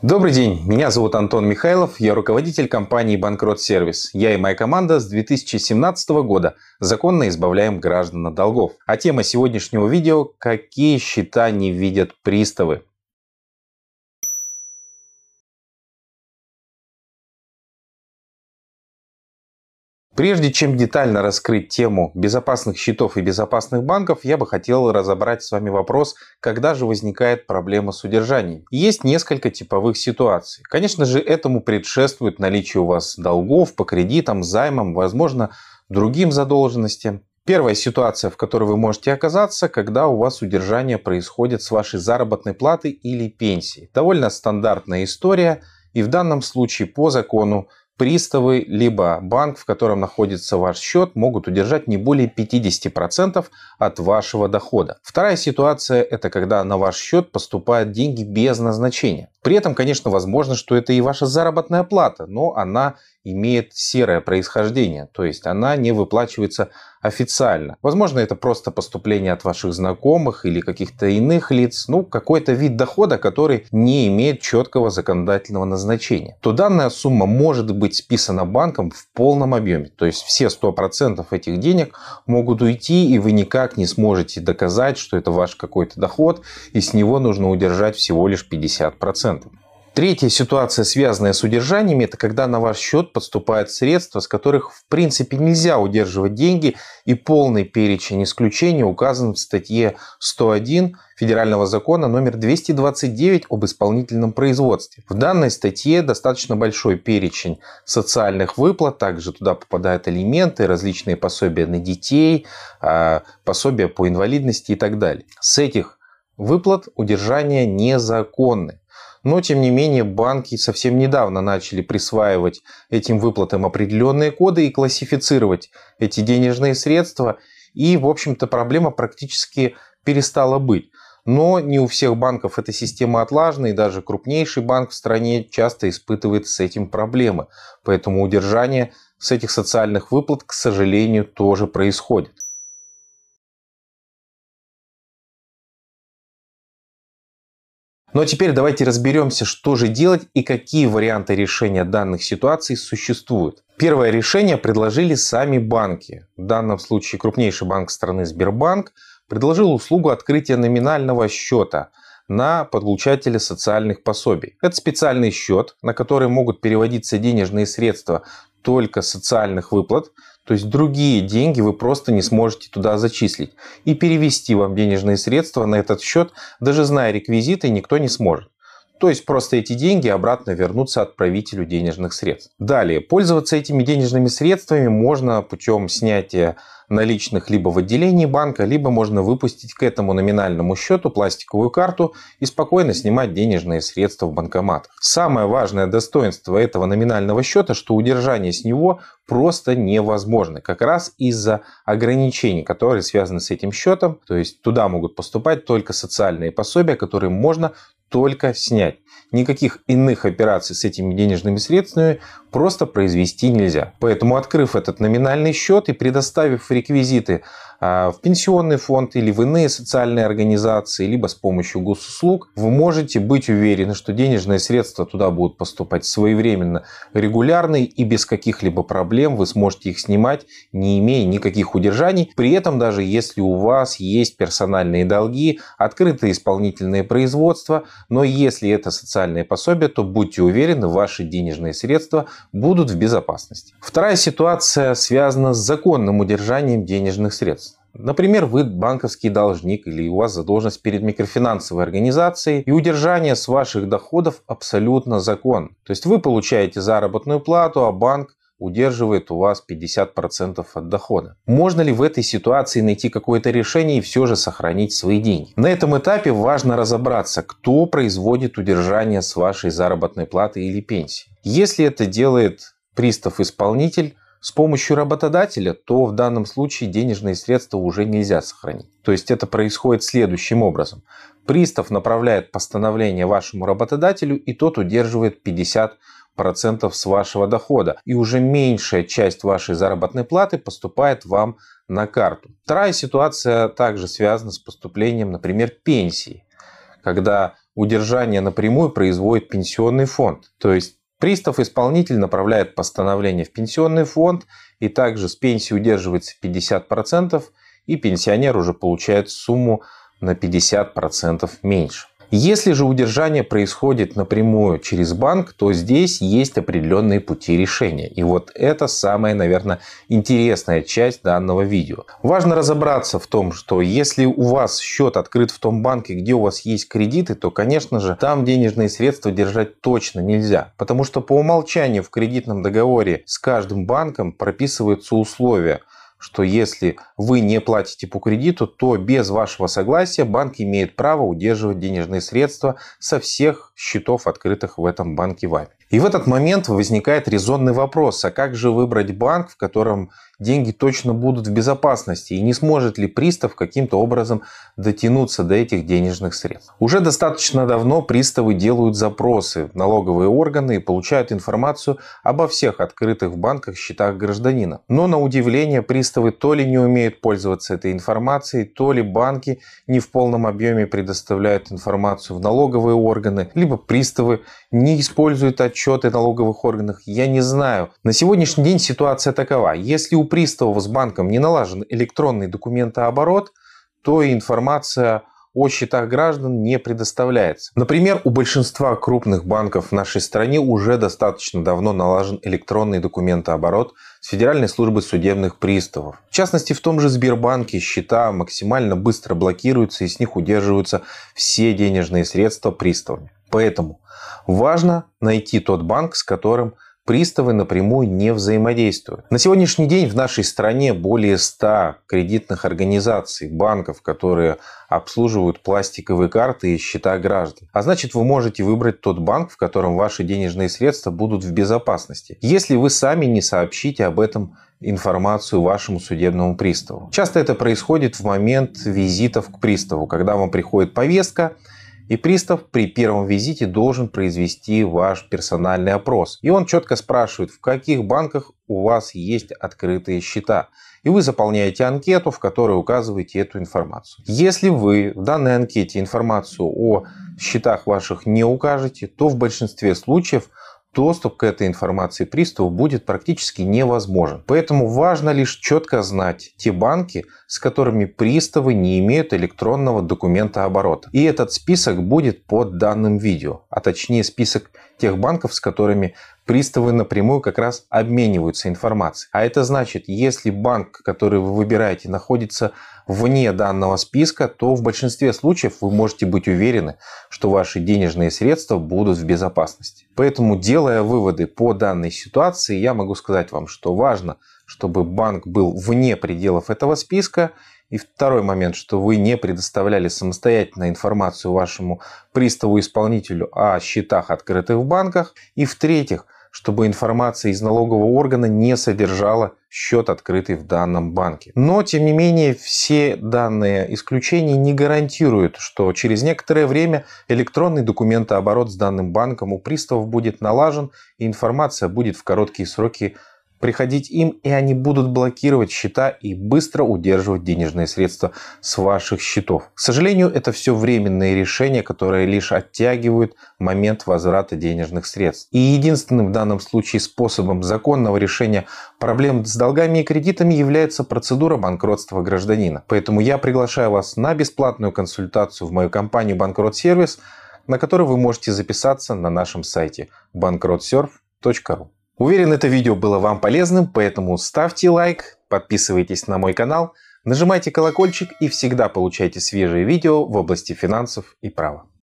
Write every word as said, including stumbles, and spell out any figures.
Добрый день, меня зовут Антон Михайлов, я руководитель компании Банкрот Сервис. Я и моя команда с две тысячи семнадцатого года законно избавляем граждан от долгов. А тема сегодняшнего видео – какие счета не видят приставы. Прежде чем детально раскрыть тему безопасных счетов и безопасных банков, я бы хотел разобрать с вами вопрос, когда же возникает проблема с удержанием. Есть несколько типовых ситуаций. Конечно же, этому предшествует наличие у вас долгов по кредитам, займам, возможно, другим задолженностям. Первая ситуация, в которой вы можете оказаться, когда у вас удержание происходит с вашей заработной платы или пенсии. Довольно стандартная история, и в данном случае по закону приставы, либо банк, в котором находится ваш счет, могут удержать не более пятидесяти процентов от вашего дохода. Вторая ситуация – это когда на ваш счет поступают деньги без назначения. При этом, конечно, возможно, что это и ваша заработная плата, но она имеет серое происхождение, то есть она не выплачивается официально. Возможно, это просто поступление от ваших знакомых или каких-то иных лиц, ну, какой-то вид дохода, который не имеет четкого законодательного назначения. То данная сумма может быть списана банком в полном объеме, то есть все сто процентов этих денег могут уйти, и вы никак не сможете доказать, что это ваш какой-то доход, и с него нужно удержать всего лишь пятьдесят процентов. Третья ситуация, связанная с удержаниями, это когда на ваш счет поступают средства, с которых в принципе нельзя удерживать деньги, и полный перечень исключений указан в статье сто один Федерального закона номер двести двадцать девять об исполнительном производстве. В данной статье достаточно большой перечень социальных выплат, также туда попадают алименты, различные пособия на детей, пособия по инвалидности и так далее. С этих выплат удержания незаконны. Но, тем не менее, банки совсем недавно начали присваивать этим выплатам определенные коды и классифицировать эти денежные средства. И, в общем-то, проблема практически перестала быть. Но не у всех банков эта система отлажена, и даже крупнейший банк в стране часто испытывает с этим проблемы. Поэтому удержание с этих социальных выплат, к сожалению, тоже происходит. Ну а теперь давайте разберемся, что же делать и какие варианты решения данных ситуаций существуют. Первое решение предложили сами банки. В данном случае крупнейший банк страны Сбербанк предложил услугу открытия номинального счета на получателя социальных пособий. Это специальный счет, на который могут переводиться денежные средства только социальных выплат. То есть другие деньги вы просто не сможете туда зачислить. И перевести вам денежные средства на этот счет, даже зная реквизиты, никто не сможет. То есть просто эти деньги обратно вернутся отправителю денежных средств. Далее, пользоваться этими денежными средствами можно путем снятия наличных либо в отделении банка, либо можно выпустить к этому номинальному счету пластиковую карту и спокойно снимать денежные средства в банкоматах. Самое важное достоинство этого номинального счета, что удержание с него просто невозможно. Как раз из-за ограничений, которые связаны с этим счетом. То есть туда могут поступать только социальные пособия, которые можно только снять. Никаких иных операций с этими денежными средствами просто произвести нельзя. Поэтому, открыв этот номинальный счет и предоставив реквизиты в пенсионный фонд или в иные социальные организации, либо с помощью госуслуг, вы можете быть уверены, что денежные средства туда будут поступать своевременно, регулярно, и без каких-либо проблем вы сможете их снимать, не имея никаких удержаний. При этом, даже если у вас есть персональные долги, открытые исполнительные производства, но если это социальные пособия, то будьте уверены, ваши денежные средства будут в безопасности. Вторая ситуация связана с законным удержанием денежных средств. Например, вы банковский должник или у вас задолженность перед микрофинансовой организацией, и удержание с ваших доходов абсолютно законно. То есть вы получаете заработную плату, а банк удерживает у вас пятьдесят процентов от дохода. Можно ли в этой ситуации найти какое-то решение и все же сохранить свои деньги? На этом этапе важно разобраться, кто производит удержание с вашей заработной платы или пенсии. Если это делает пристав-исполнитель с помощью работодателя, то в данном случае денежные средства уже нельзя сохранить. То есть это происходит следующим образом. Пристав направляет постановление вашему работодателю, и тот удерживает пятьдесят процентов с вашего дохода. И уже меньшая часть вашей заработной платы поступает вам на карту. Вторая ситуация также связана с поступлением, например, пенсии. Когда удержание напрямую производит пенсионный фонд. То есть пристав-исполнитель направляет постановление в пенсионный фонд, и также с пенсии удерживается пятьдесят процентов, и пенсионер уже получает сумму на пятьдесят процентов меньше. Если же удержание происходит напрямую через банк, то здесь есть определенные пути решения. И вот это самая, наверное, интересная часть данного видео. Важно разобраться в том, что если у вас счет открыт в том банке, где у вас есть кредиты, то, конечно же, там денежные средства держать точно нельзя. Потому что по умолчанию в кредитном договоре с каждым банком прописываются условия, что если вы не платите по кредиту, то без вашего согласия банк имеет право удерживать денежные средства со всех счетов, открытых в этом банке вами. И в этот момент возникает резонный вопрос, а как же выбрать банк, в котором деньги точно будут в безопасности, и не сможет ли пристав каким-то образом дотянуться до этих денежных средств? Уже достаточно давно приставы делают запросы в налоговые органы и получают информацию обо всех открытых в банках счетах гражданина. Но на удивление приставы то ли не умеют пользоваться этой информацией, то ли банки не в полном объеме предоставляют информацию в налоговые органы, либо приставы не используют отчеты налоговых органов. Я не знаю. На сегодняшний день ситуация такова. Если у приставов с банком не налажен электронный документооборот, то и информация о счетах граждан не предоставляется. Например, у большинства крупных банков в нашей стране уже достаточно давно налажен электронный документооборот с Федеральной службы судебных приставов. В частности, в том же Сбербанке счета максимально быстро блокируются и с них удерживаются все денежные средства приставами. Поэтому важно найти тот банк, с которым приставы напрямую не взаимодействуют. На сегодняшний день в нашей стране более ста кредитных организаций, банков, которые обслуживают пластиковые карты и счета граждан. А значит, вы можете выбрать тот банк, в котором ваши денежные средства будут в безопасности, если вы сами не сообщите об этом информацию вашему судебному приставу. Часто это происходит в момент визитов к приставу, когда вам приходит повестка, и пристав при первом визите должен произвести ваш персональный опрос. И он четко спрашивает, в каких банках у вас есть открытые счета. И вы заполняете анкету, в которой указываете эту информацию. Если вы в данной анкете информацию о счетах ваших не укажете, то в большинстве случаев доступ к этой информации приставу будет практически невозможен. Поэтому важно лишь четко знать те банки, с которыми приставы не имеют электронного документооборота. И этот список будет под данным видео, а точнее список тех банков, с которыми приставы напрямую как раз обмениваются информацией. А это значит, если банк, который вы выбираете, находится вне данного списка, то в большинстве случаев вы можете быть уверены, что ваши денежные средства будут в безопасности. Поэтому, делая выводы по данной ситуации, я могу сказать вам, что важно, чтобы банк был вне пределов этого списка. И второй момент, что вы не предоставляли самостоятельно информацию вашему приставу-исполнителю о счетах, открытых в банках. И в-третьих, чтобы информация из налогового органа не содержала счет, открытый в данном банке. Но, тем не менее, все данные исключения не гарантируют, что через некоторое время электронный документооборот с данным банком у приставов будет налажен, и информация будет в короткие сроки приходить им, и они будут блокировать счета и быстро удерживать денежные средства с ваших счетов. К сожалению, это все временные решения, которые лишь оттягивают момент возврата денежных средств. И единственным в данном случае способом законного решения проблем с долгами и кредитами является процедура банкротства гражданина. Поэтому я приглашаю вас на бесплатную консультацию в мою компанию «Банкрот-сервис», на которую вы можете записаться на нашем сайте банкротсерв точка ру. Уверен, это видео было вам полезным, поэтому ставьте лайк, подписывайтесь на мой канал, нажимайте колокольчик и всегда получайте свежие видео в области финансов и права.